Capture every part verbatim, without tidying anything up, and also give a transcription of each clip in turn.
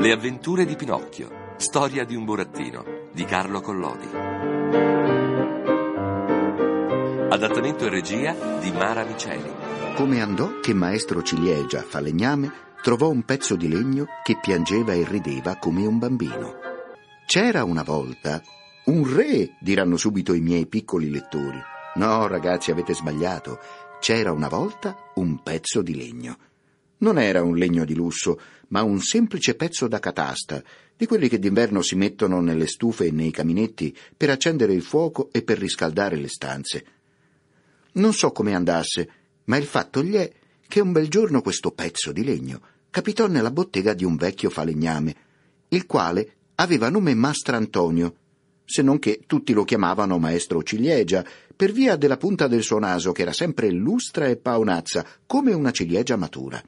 Le avventure di Pinocchio, storia di un burattino, di Carlo Collodi. Adattamento e regia di Mara Miceli. Come andò che maestro Ciliegia, falegname, trovò un pezzo di legno che piangeva e rideva come un bambino. C'era una volta un re, diranno subito i miei piccoli lettori. No, ragazzi, avete sbagliato. C'era una volta un pezzo di legno. Non era un legno di lusso, ma un semplice pezzo da catasta, di quelli che d'inverno si mettono nelle stufe e nei caminetti per accendere il fuoco e per riscaldare le stanze. Non so come andasse, ma il fatto gli è che un bel giorno questo pezzo di legno capitò nella bottega di un vecchio falegname, il quale aveva nome Mastrantonio, se non che tutti lo chiamavano maestro Ciliegia, per via della punta del suo naso che era sempre lustra e paonazza, come una ciliegia matura.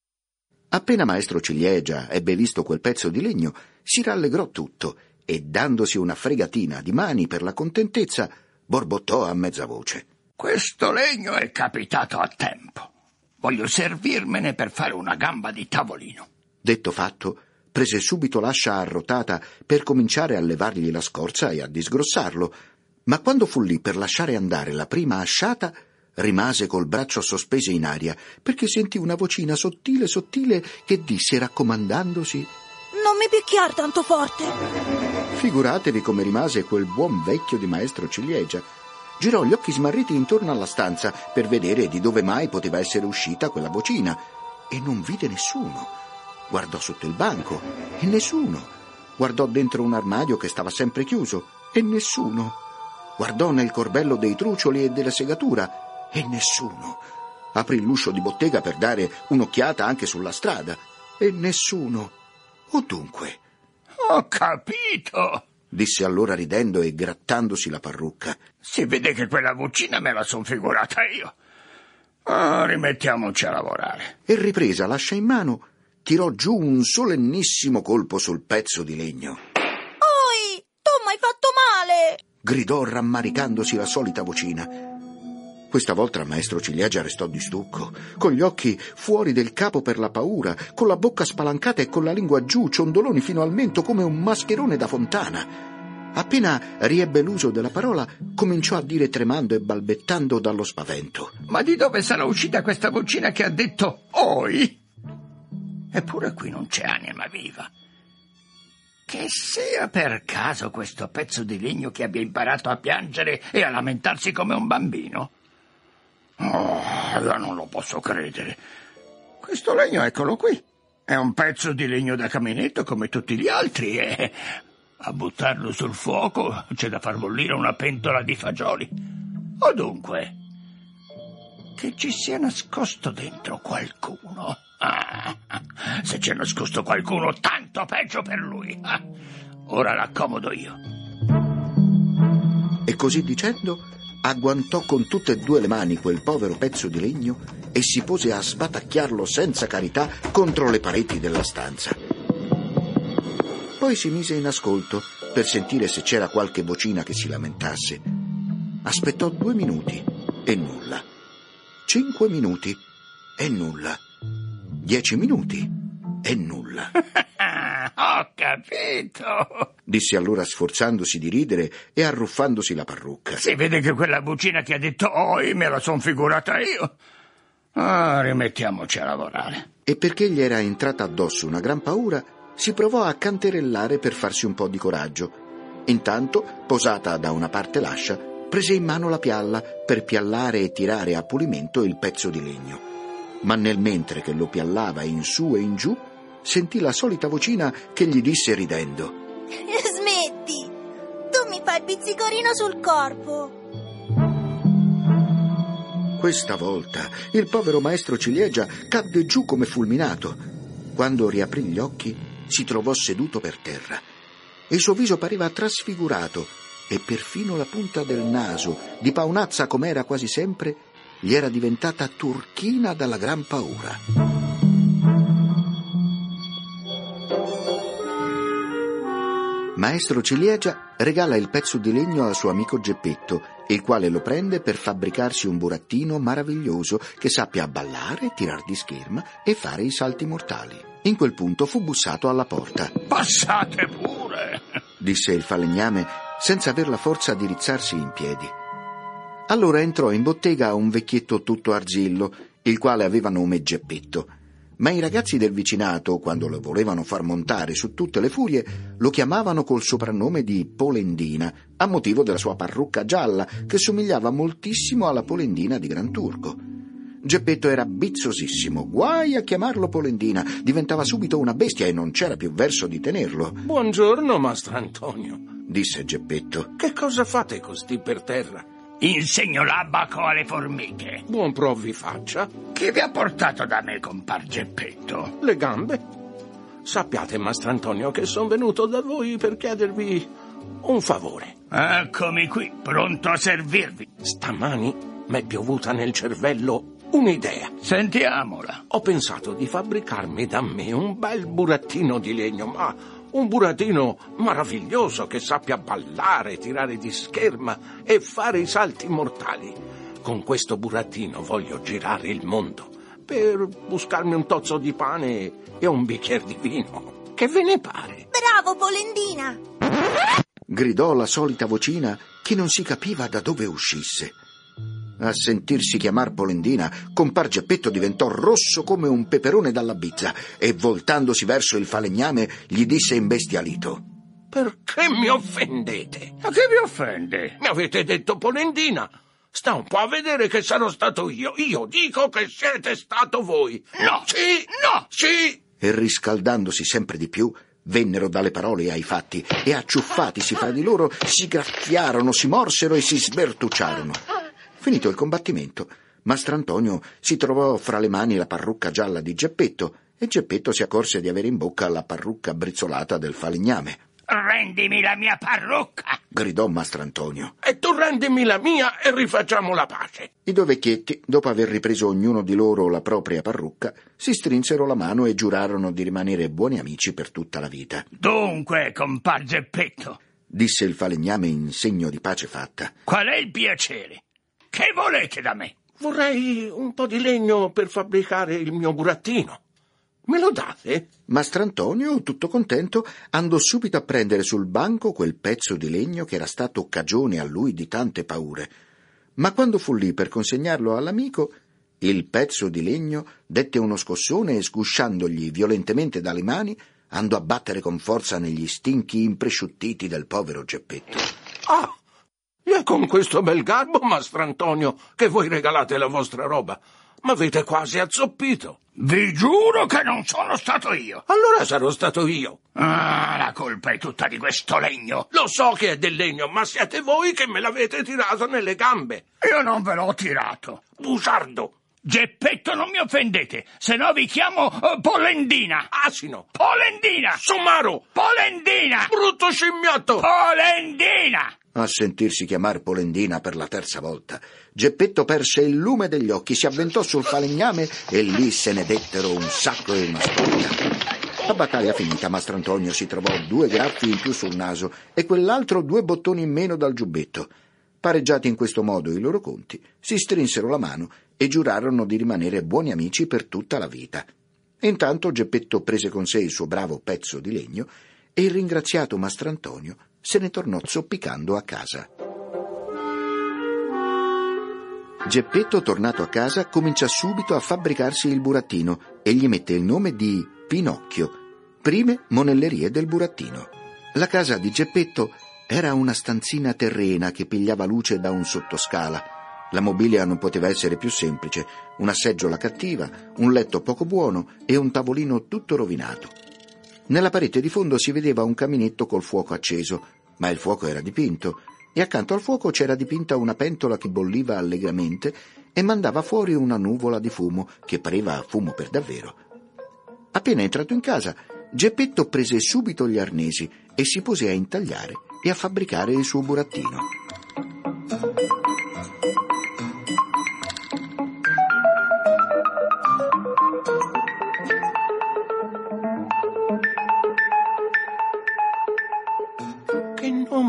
Appena maestro Ciliegia ebbe visto quel pezzo di legno, si rallegrò tutto e, dandosi una fregatina di mani per la contentezza, borbottò a mezza voce: «Questo legno è capitato a tempo. Voglio servirmene per fare una gamba di tavolino». Detto fatto, prese subito l'ascia arrotata per cominciare a levargli la scorza e a disgrossarlo, ma quando fu lì per lasciare andare la prima asciata, rimase col braccio sospeso in aria, perché sentì una vocina sottile sottile che disse, raccomandandosi: «Non mi picchiar tanto forte». Figuratevi come rimase quel buon vecchio di maestro Ciliegia. Girò gli occhi smarriti intorno alla stanza per vedere di dove mai poteva essere uscita quella vocina, e non vide nessuno. Guardò sotto il banco e nessuno. Guardò dentro un armadio che stava sempre chiuso e nessuno. Guardò nel corbello dei trucioli e della segatura e nessuno. Aprì l'uscio di bottega per dare un'occhiata anche sulla strada e nessuno. O dunque? «Ho capito», disse allora ridendo e grattandosi la parrucca. «Si vede che quella vocina me la son figurata io. Oh, rimettiamoci a lavorare». E ripresa l'ascia in mano, tirò giù un solennissimo colpo sul pezzo di legno. «Oi, tu m'hai fatto male!» gridò rammaricandosi la solita vocina. Questa volta il maestro Ciliegia restò di stucco, con gli occhi fuori del capo per la paura, con la bocca spalancata e con la lingua giù, ciondoloni fino al mento come un mascherone da fontana. Appena riebbe l'uso della parola, cominciò a dire tremando e balbettando dallo spavento: «Ma di dove sarà uscita questa vocina che ha detto oi? Eppure qui non c'è anima viva. Che sia per caso questo pezzo di legno che abbia imparato a piangere e a lamentarsi come un bambino? Oh, io non lo posso credere. Questo legno, eccolo qui, è un pezzo di legno da caminetto come tutti gli altri e a buttarlo sul fuoco c'è da far bollire una pentola di fagioli. O dunque, che ci sia nascosto dentro qualcuno. Ah, se c'è nascosto qualcuno, tanto peggio per lui. Ah, ora l'accomodo io». E così dicendo, agguantò con tutte e due le mani quel povero pezzo di legno e si pose a sbatacchiarlo senza carità contro le pareti della stanza. Poi si mise in ascolto per sentire se c'era qualche vocina che si lamentasse. Aspettò due minuti e nulla. Cinque minuti e nulla. Dieci minuti e nulla. «Ho capito», disse allora sforzandosi di ridere e arruffandosi la parrucca. «Si vede che quella vocina che ha detto oi me la son figurata io. Ah, rimettiamoci a lavorare». E perché gli era entrata addosso una gran paura, si provò a canterellare per farsi un po' di coraggio. Intanto, posata da una parte l'ascia, prese in mano la pialla per piallare e tirare a pulimento il pezzo di legno. Ma nel mentre che lo piallava in su e in giù, sentì la solita vocina che gli disse ridendo: «Smetti! Tu mi fai il pizzicorino sul corpo!» Questa volta il povero maestro Ciliegia cadde giù come fulminato. Quando riaprì gli occhi, si trovò seduto per terra. Il suo viso pareva trasfigurato e perfino la punta del naso, di paonazza com'era quasi sempre, gli era diventata turchina dalla gran paura. Maestro Ciliegia regala il pezzo di legno al suo amico Geppetto, il quale lo prende per fabbricarsi un burattino meraviglioso che sappia ballare, tirar di scherma e fare i salti mortali. In quel punto fu bussato alla porta. «Passate pure», disse il falegname senza aver la forza di rizzarsi in piedi. Allora entrò in bottega un vecchietto tutto arzillo, il quale aveva nome Geppetto. Ma i ragazzi del vicinato, quando lo volevano far montare su tutte le furie, lo chiamavano col soprannome di Polendina, a motivo della sua parrucca gialla, che somigliava moltissimo alla Polendina di Granturco. Geppetto era bizzosissimo, guai a chiamarlo Polendina, diventava subito una bestia e non c'era più verso di tenerlo. «Buongiorno, Mastro Antonio», disse Geppetto. «Che cosa fate così per terra?» «Insegno l'abaco alle formiche». «Buon pro vi faccia». «Chi vi ha portato da me, compar Geppetto?» «Le gambe». «Sappiate, Mastro Antonio, che sono venuto da voi per chiedervi un favore». «Eccomi qui, pronto a servirvi». «Stamani m'è piovuta nel cervello un'idea». «Sentiamola». «Ho pensato di fabbricarmi da me un bel burattino di legno, ma un burattino meraviglioso che sappia ballare, tirare di scherma e fare i salti mortali. Con questo burattino voglio girare il mondo per buscarmi un tozzo di pane e un bicchiere di vino. Che ve ne pare?» Bravo, Polendina! Gridò la solita vocina che non si capiva da dove uscisse. A sentirsi chiamar Polendina, compar Geppetto diventò rosso come un peperone dalla bizza e, voltandosi verso il falegname, gli disse imbestialito: «Perché mi offendete?» «Ma che vi offende?» «Mi avete detto Polendina. Sta un po' a vedere che sarò stato io. Io dico che siete stato voi». «No! Sì! No! Sì!» E riscaldandosi sempre di più, vennero dalle parole ai fatti e, acciuffatisi fra di loro, si graffiarono, si morsero e si sbertucciarono. Finito il combattimento, Mastro Antonio si trovò fra le mani la parrucca gialla di Geppetto e Geppetto si accorse di avere in bocca la parrucca brizzolata del falegname. «Rendimi la mia parrucca!» gridò Mastro Antonio. «E tu rendimi la mia e rifacciamo la pace». I due vecchietti, dopo aver ripreso ognuno di loro la propria parrucca, si strinsero la mano e giurarono di rimanere buoni amici per tutta la vita. «Dunque, compar Geppetto», disse il falegname in segno di pace fatta, «qual è il piacere? Che volete da me?» «Vorrei un po' di legno per fabbricare il mio burattino. Me lo date?» Mastro Antonio, tutto contento, andò subito a prendere sul banco quel pezzo di legno che era stato cagione a lui di tante paure. Ma quando fu lì per consegnarlo all'amico, il pezzo di legno dette uno scossone e, sgusciandogli violentemente dalle mani, andò a battere con forza negli stinchi impresciuttiti del povero Geppetto. «Ah! E con questo bel garbo, Mastro Antonio, che voi regalate la vostra roba, m'avete quasi azzoppito». «Vi giuro che non sono stato io». «Allora sarò stato io». «Ah, la colpa è tutta di questo legno». «Lo so che è del legno, ma siete voi che me l'avete tirato nelle gambe». «Io non ve l'ho tirato». «Bugiardo». «Geppetto, non mi offendete, se no vi chiamo uh, Polendina». «Asino». «Polendina». «Somaro». «Polendina». «Brutto scimmiotto». «Polendina». A sentirsi chiamare Polendina per la terza volta, Geppetto perse il lume degli occhi, si avventò sul falegname e lì se ne dettero un sacco e una spoglia. La battaglia finita, Mastro Antonio si trovò due graffi in più sul naso e quell'altro due bottoni in meno dal giubbetto. Pareggiati in questo modo i loro conti, si strinsero la mano e giurarono di rimanere buoni amici per tutta la vita. Intanto Geppetto prese con sé il suo bravo pezzo di legno e il ringraziato Mastro Antonio se ne tornò zoppicando a casa. Geppetto, tornato a casa, comincia subito a fabbricarsi il burattino e gli mette il nome di Pinocchio, prime monellerie del burattino. La casa di Geppetto era una stanzina terrena che pigliava luce da un sottoscala. La mobilia non poteva essere più semplice, una seggiola cattiva, un letto poco buono e un tavolino tutto rovinato. Nella parete di fondo si vedeva un caminetto col fuoco acceso, ma il fuoco era dipinto, e accanto al fuoco c'era dipinta una pentola che bolliva allegramente e mandava fuori una nuvola di fumo che pareva fumo per davvero. Appena entrato in casa, Geppetto prese subito gli arnesi e si pose a intagliare e a fabbricare il suo burattino.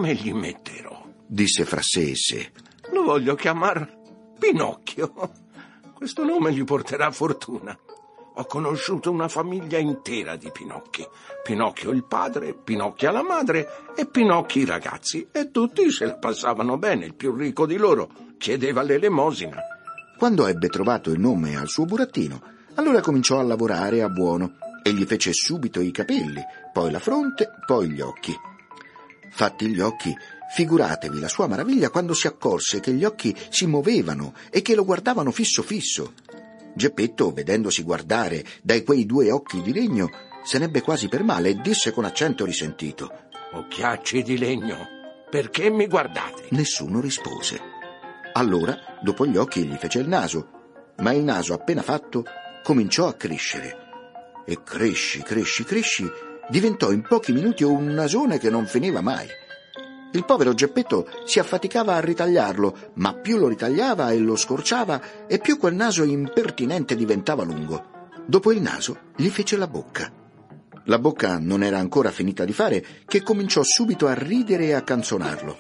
nome gli metterò? Disse fra sé e sé. Lo voglio chiamare Pinocchio. Questo nome gli porterà fortuna. Ho conosciuto una famiglia intera di Pinocchi. Pinocchio il padre, Pinocchia la madre e Pinocchi i ragazzi. E tutti se la passavano bene. Il più ricco di loro chiedeva l'elemosina. Quando ebbe trovato il nome al suo burattino, allora cominciò a lavorare a buono e gli fece subito i capelli, poi la fronte, poi gli occhi. Fatti gli occhi, figuratevi la sua maraviglia quando si accorse che gli occhi si muovevano e che lo guardavano fisso fisso. Geppetto, vedendosi guardare dai quei due occhi di legno, se n'ebbe quasi per male e disse con accento risentito: Occhiacci di legno, perché mi guardate? Nessuno rispose. Allora, dopo gli occhi, gli fece il naso, ma il naso appena fatto cominciò a crescere. E cresci, cresci, cresci, diventò in pochi minuti un nasone che non finiva mai. Il povero Geppetto si affaticava a ritagliarlo, ma più lo ritagliava e lo scorciava, e più quel naso impertinente diventava lungo. Dopo il naso gli fece la bocca. La bocca non era ancora finita di fare che cominciò subito a ridere e a canzonarlo.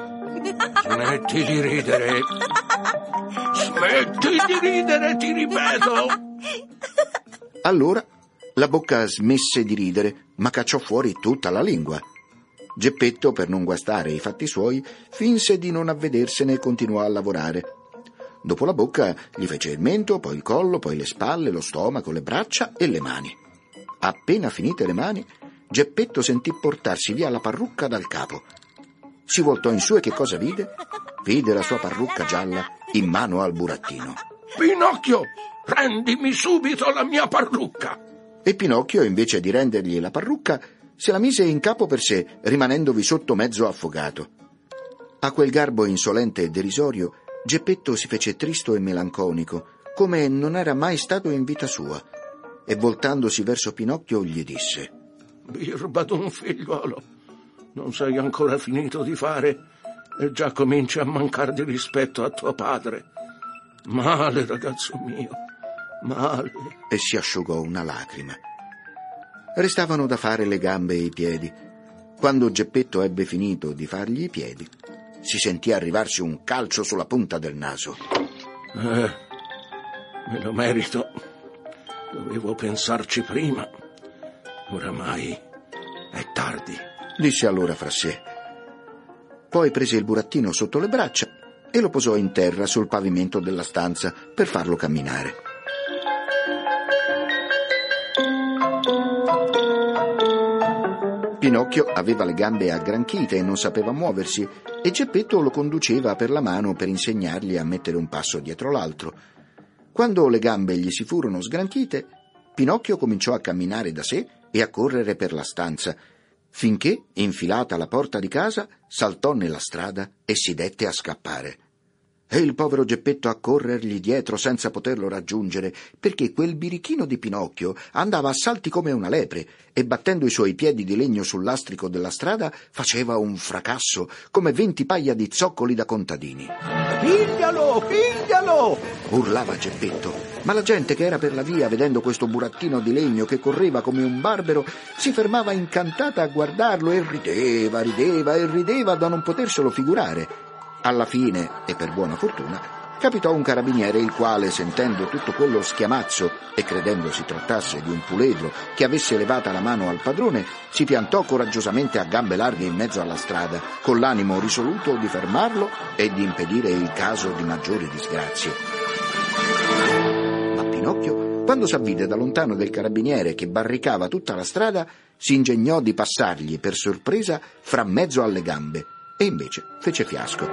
Smetti di ridere! Smetti di ridere, ti ripeto! Allora la bocca smesse di ridere, ma cacciò fuori tutta la lingua. Geppetto, per non guastare i fatti suoi, finse di non avvedersene e continuò a lavorare. Dopo la bocca gli fece il mento, poi il collo, poi le spalle, lo stomaco, le braccia e le mani. Appena finite le mani, Geppetto sentì portarsi via la parrucca dal capo. Si voltò in su e che cosa vide? Vide la sua parrucca gialla in mano al burattino. Pinocchio, rendimi subito la mia parrucca! E Pinocchio, invece di rendergli la parrucca, se la mise in capo per sé, rimanendovi sotto mezzo affogato. A quel garbo insolente e derisorio, Geppetto si fece tristo e melanconico, come non era mai stato in vita sua, e voltandosi verso Pinocchio gli disse: Birba d'un figliuolo, non sei ancora finito di fare e già cominci a mancare di rispetto a tuo padre. Male, ragazzo mio, male. E si asciugò una lacrima. Restavano da fare le gambe e i piedi. Quando Geppetto ebbe finito di fargli i piedi, si sentì arrivarsi un calcio sulla punta del naso. Eh, me lo merito. Dovevo pensarci prima. Oramai è tardi, disse allora fra sé. Poi prese il burattino sotto le braccia e lo posò in terra sul pavimento della stanza per farlo camminare. Pinocchio aveva le gambe aggranchite e non sapeva muoversi, e Geppetto lo conduceva per la mano per insegnargli a mettere un passo dietro l'altro. Quando le gambe gli si furono sgranchite, Pinocchio cominciò a camminare da sé e a correre per la stanza, finché, infilata la porta di casa, saltò nella strada e si dette a scappare. E il povero Geppetto a corrergli dietro senza poterlo raggiungere, perché quel birichino di Pinocchio andava a salti come una lepre e, battendo i suoi piedi di legno sul lastrico della strada, faceva un fracasso come venti paia di zoccoli da contadini. Piglialo, piglialo! Urlava Geppetto, ma la gente che era per la via, vedendo questo burattino di legno che correva come un barbero, si fermava incantata a guardarlo e rideva, rideva e rideva da non poterselo figurare. Alla fine, e per buona fortuna, capitò un carabiniere, il quale, sentendo tutto quello schiamazzo e credendo si trattasse di un puledro che avesse levata la mano al padrone, si piantò coraggiosamente a gambe larghe in mezzo alla strada, con l'animo risoluto di fermarlo e di impedire il caso di maggiori disgrazie. Ma Pinocchio, quando s'avvide da lontano del carabiniere che barricava tutta la strada, si ingegnò di passargli per sorpresa fra mezzo alle gambe, e invece fece fiasco.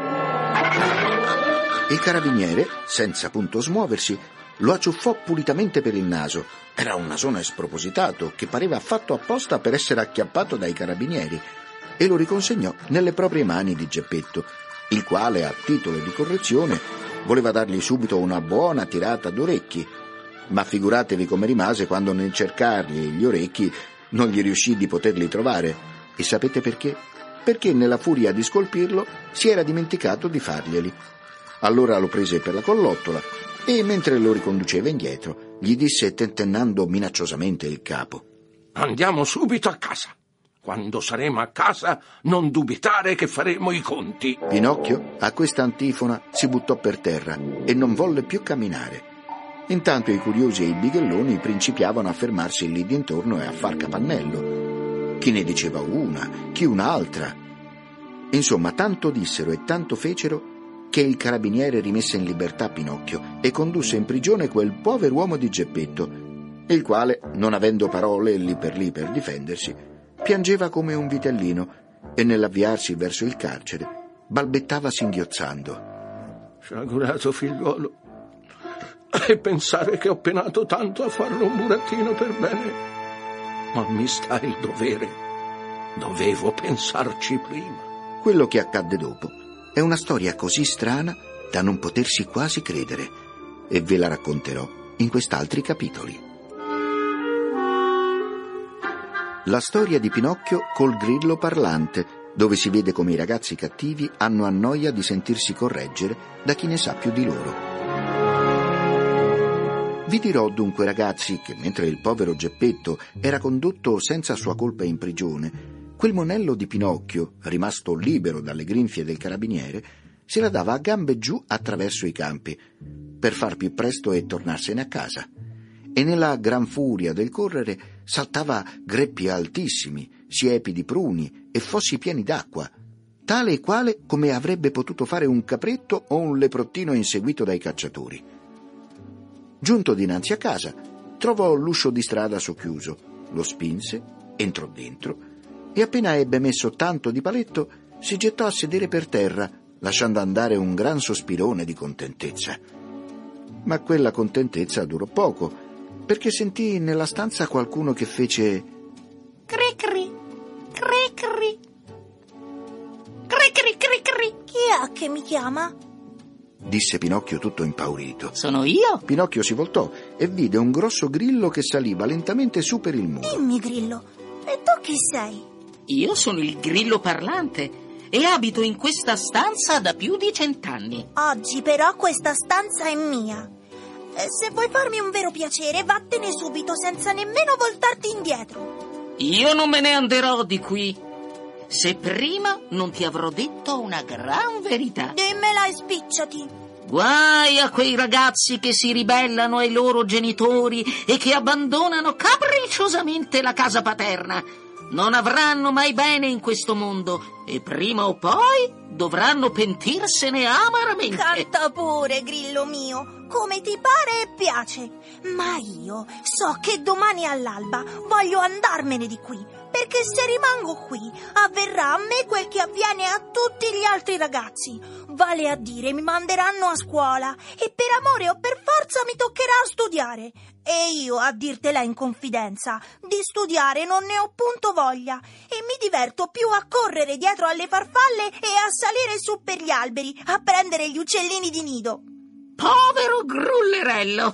Il carabiniere, senza punto smuoversi, lo acciuffò pulitamente per il naso. Era un nasone spropositato che pareva fatto apposta per essere acchiappato dai carabinieri, e lo riconsegnò nelle proprie mani di Geppetto, il quale, a titolo di correzione, voleva dargli subito una buona tirata d'orecchi. Ma figuratevi come rimase quando, nel cercargli gli orecchi, non gli riuscì di poterli trovare. E sapete perché? Perché nella furia di scolpirlo si era dimenticato di farglieli. Allora lo prese per la collottola e, mentre lo riconduceva indietro, gli disse tentennando minacciosamente il capo: Andiamo subito a casa. Quando saremo a casa, non dubitare che faremo i conti. Pinocchio, a questa antifona, si buttò per terra e non volle più camminare. Intanto i curiosi e i bighelloni principiavano a fermarsi lì dintorno e a far capannello. Chi ne diceva una, chi un'altra. Insomma, tanto dissero e tanto fecero che il carabiniere rimesse in libertà Pinocchio e condusse in prigione quel pover'uomo di Geppetto, il quale, non avendo parole lì per lì per difendersi, piangeva come un vitellino e nell'avviarsi verso il carcere balbettava singhiozzando: Sciagurato figliuolo, e pensare che ho penato tanto a farlo un burattino per bene, ma mi sta il dovere. Dovevo pensarci prima. Quello che accadde dopo è una storia così strana da non potersi quasi credere, e ve la racconterò in quest'altri capitoli. La storia di Pinocchio col grillo parlante, dove si vede come i ragazzi cattivi hanno a noia di sentirsi correggere da chi ne sa più di loro. Vi dirò dunque, ragazzi, che mentre il povero Geppetto era condotto senza sua colpa in prigione, quel monello di Pinocchio, rimasto libero dalle grinfie del carabiniere, se la dava a gambe giù attraverso i campi, per far più presto e tornarsene a casa. E nella gran furia del correre saltava greppi altissimi, siepi di pruni e fossi pieni d'acqua, tale e quale come avrebbe potuto fare un capretto o un leprottino inseguito dai cacciatori. Giunto dinanzi a casa, trovò l'uscio di strada socchiuso, lo spinse, entrò dentro e appena ebbe messo tanto di paletto si gettò a sedere per terra, lasciando andare un gran sospirone di contentezza. Ma quella contentezza durò poco, perché sentì nella stanza qualcuno che fece cri cri, cri cri, cri cri cri cri. Chi è che mi chiama? Disse Pinocchio tutto impaurito. Sono io? Pinocchio si voltò e vide un grosso grillo che saliva lentamente su per il muro. Dimmi, grillo, e tu chi sei? Io sono il grillo parlante e abito in questa stanza da più di cent'anni. Oggi però questa stanza è mia. E se vuoi farmi un vero piacere, vattene subito senza nemmeno voltarti indietro. Io non me ne anderò di qui, se prima non ti avrò detto una gran verità. Dimmela e spicciati. Guai a quei ragazzi che si ribellano ai loro genitori e che abbandonano capricciosamente la casa paterna. Non avranno mai bene in questo mondo e prima o poi dovranno pentirsene amaramente. Canta pure, grillo mio, come ti pare e piace. Ma io so che domani all'alba voglio andarmene di qui, perché se rimango qui avverrà a me quel che avviene a tutti gli altri ragazzi. Vale a dire, mi manderanno a scuola e per amore o per forza mi toccherà studiare. E io, a dirtela in confidenza, di studiare non ne ho punto voglia e mi diverto più a correre dietro alle farfalle e a salire su per gli alberi a prendere gli uccellini di nido. Povero grullerello!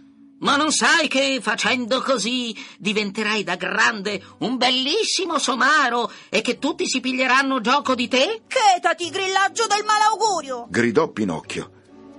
Ma non sai che facendo così diventerai da grande un bellissimo somaro e che tutti si piglieranno gioco di te? Chetati, grillaggio del malaugurio! Gridò Pinocchio.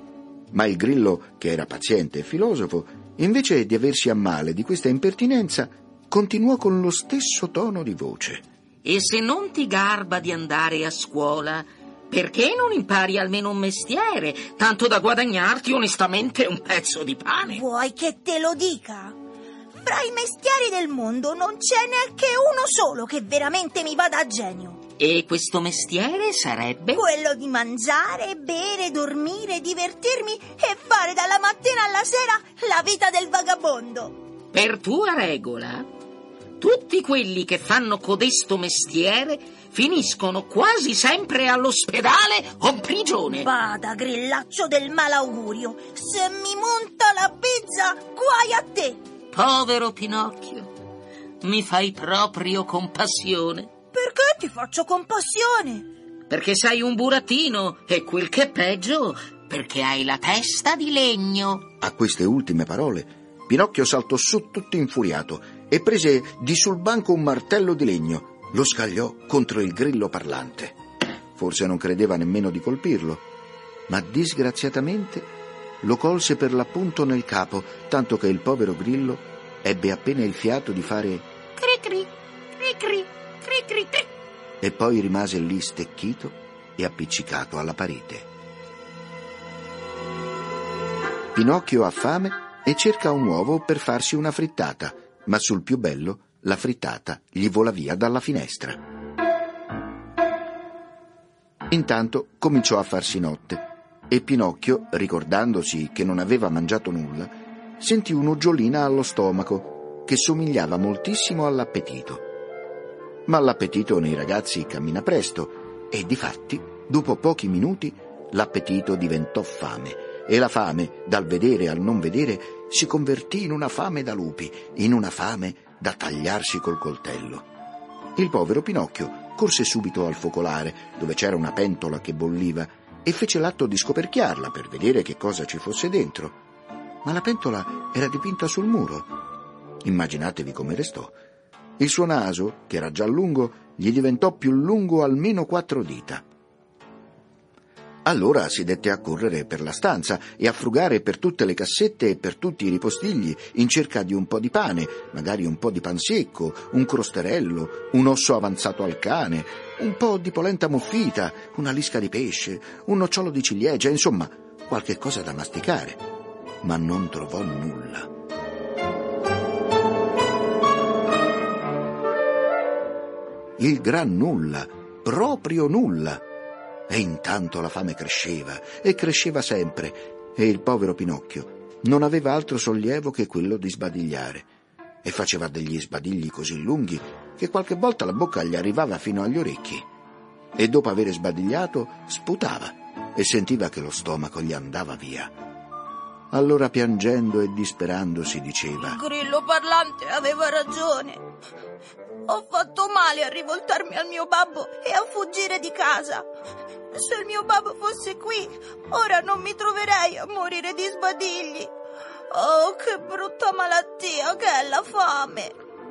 Ma il grillo, che era paziente e filosofo, invece di aversi a male di questa impertinenza, continuò con lo stesso tono di voce. E se non ti garba di andare a scuola, perché non impari almeno un mestiere, tanto da guadagnarti onestamente un pezzo di pane? Vuoi che te lo dica? Fra i mestieri del mondo non c'è neanche uno solo che veramente mi vada a genio. E questo mestiere sarebbe? Quello di mangiare, bere, dormire, divertirmi e fare dalla mattina alla sera la vita del vagabondo. Per tua regola, tutti quelli che fanno codesto mestiere finiscono quasi sempre all'ospedale o in prigione. Bada, grillaccio del malaugurio, se mi monta la pizza, guai a te. Povero Pinocchio, mi fai proprio compassione. Perché ti faccio compassione? Perché sei un burattino e quel che è peggio, perché hai la testa di legno. A queste ultime parole, Pinocchio saltò su tutto infuriato e prese di sul banco un martello di legno. Lo scagliò contro il grillo parlante. Forse non credeva nemmeno di colpirlo, ma disgraziatamente lo colse per l'appunto nel capo, tanto che il povero grillo ebbe appena il fiato di fare cri cri, cri cri, cri cri, cri. E poi rimase lì stecchito e appiccicato alla parete. Pinocchio ha fame e cerca un uovo per farsi una frittata, ma sul più bello la frittata gli vola via dalla finestra. Intanto cominciò a farsi notte e Pinocchio, ricordandosi che non aveva mangiato nulla, sentì un'uggiolina allo stomaco che somigliava moltissimo all'appetito. Ma l'appetito nei ragazzi cammina presto e difatti, dopo pochi minuti, l'appetito diventò fame e la fame, dal vedere al non vedere, si convertì in una fame da lupi, in una fame da tagliarsi col coltello. Il povero Pinocchio corse subito al focolare, dove c'era una pentola che bolliva, e fece l'atto di scoperchiarla per vedere che cosa ci fosse dentro. Ma la pentola era dipinta sul muro. Immaginatevi come restò. Il suo naso, che era già lungo, gli diventò più lungo almeno quattro dita. Allora si dette a correre per la stanza e a frugare per tutte le cassette e per tutti i ripostigli in cerca di un po' di pane, magari un po' di pan secco, un crosterello, un osso avanzato al cane, un po' di polenta muffita, una lisca di pesce, un nocciolo di ciliegia, insomma, qualche cosa da masticare. Ma non trovò nulla. Il gran nulla, proprio nulla. E intanto la fame cresceva e cresceva sempre e il povero Pinocchio non aveva altro sollievo che quello di sbadigliare e faceva degli sbadigli così lunghi che qualche volta la bocca gli arrivava fino agli orecchi e dopo aver sbadigliato sputava e sentiva che lo stomaco gli andava via. Allora piangendo e disperandosi diceva: Il grillo parlante aveva ragione. Ho fatto male a rivoltarmi al mio babbo e a fuggire di casa. Se il mio babbo fosse qui, ora non mi troverei a morire di sbadigli. Oh, che brutta malattia che è la fame!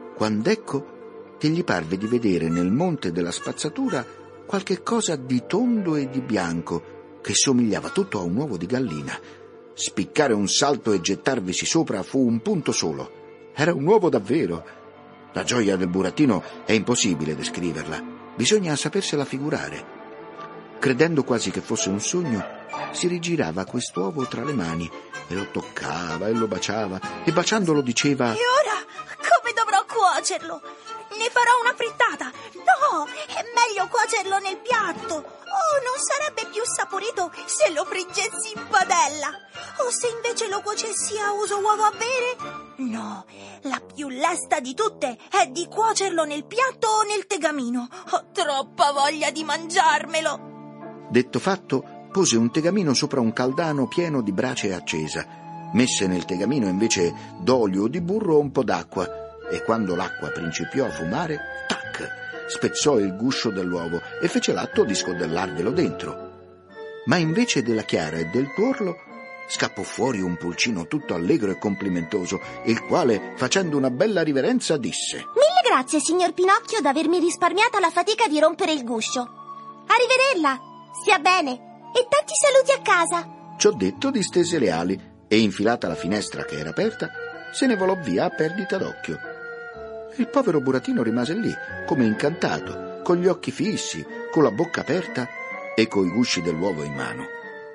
Quand'ecco che gli parve di vedere nel monte della spazzatura qualche cosa di tondo e di bianco che somigliava tutto a un uovo di gallina. Spiccare un salto e gettarvisi sopra fu un punto solo. Era un uovo davvero. La gioia del burattino è impossibile descriverla, bisogna sapersela figurare. Credendo quasi che fosse un sogno, si rigirava quest'uovo tra le mani e lo toccava e lo baciava e baciandolo diceva: E ora come dovrò cuocerlo? Ne farò una frittata? No, è meglio cuocerlo nel piatto. Oh, non sarebbe più saporito se lo friggessi in padella. O se invece lo cuocessi a uso uovo a bere? No, la più lesta di tutte è di cuocerlo nel piatto o nel tegamino. Ho troppa voglia di mangiarmelo. Detto fatto, pose un tegamino sopra un caldano pieno di brace accesa. Messe nel tegamino invece d'olio o di burro un po' d'acqua e quando l'acqua principiò a fumare, tac, spezzò il guscio dell'uovo e fece l'atto di scodellarvelo dentro. Ma invece della chiara e del tuorlo scappò fuori un pulcino tutto allegro e complimentoso, il quale, facendo una bella riverenza, disse: Mille grazie, signor Pinocchio, d'avermi risparmiata la fatica di rompere il guscio. Arrivederla, stia bene, e tanti saluti a casa. Ciò detto distese le ali e, infilata la finestra che era aperta, se ne volò via a perdita d'occhio. Il povero burattino rimase lì, come incantato, con gli occhi fissi, con la bocca aperta e coi gusci dell'uovo in mano.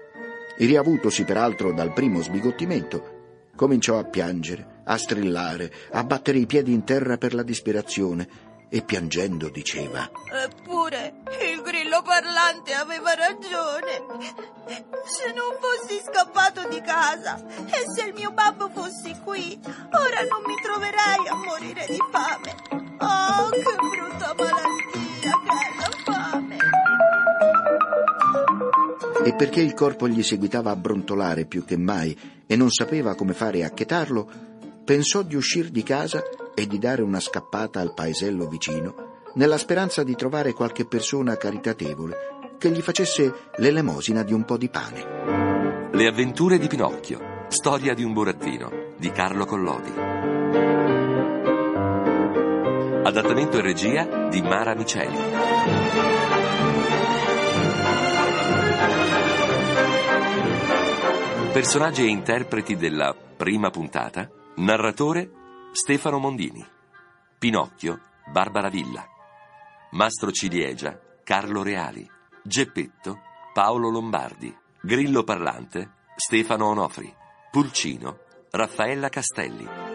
E riavutosi peraltro dal primo sbigottimento, cominciò a piangere, a strillare, a battere i piedi in terra per la disperazione e piangendo diceva: Eppure il grillo parlante aveva ragione. Se non fossi scappato di casa e se il mio babbo fosse qui, ora non mi troverei a morire di fame. Oh, che brutta malattia che è la fame! E perché il corpo gli seguitava a brontolare più che mai e non sapeva come fare a chetarlo, pensò di uscir di casa e di dare una scappata al paesello vicino, nella speranza di trovare qualche persona caritatevole che gli facesse l'elemosina di un po' di pane. Le avventure di Pinocchio, storia di un burattino, di Carlo Collodi. Adattamento e regia di Mara Miceli. Personaggi e interpreti della prima puntata: narratore Stefano Mondini, Pinocchio Barbara Villa, Mastro Ciliegia, Carlo Reali. Geppetto, Paolo Lombardi. Grillo parlante, Stefano Onofri. Pulcino, Raffaella Castelli.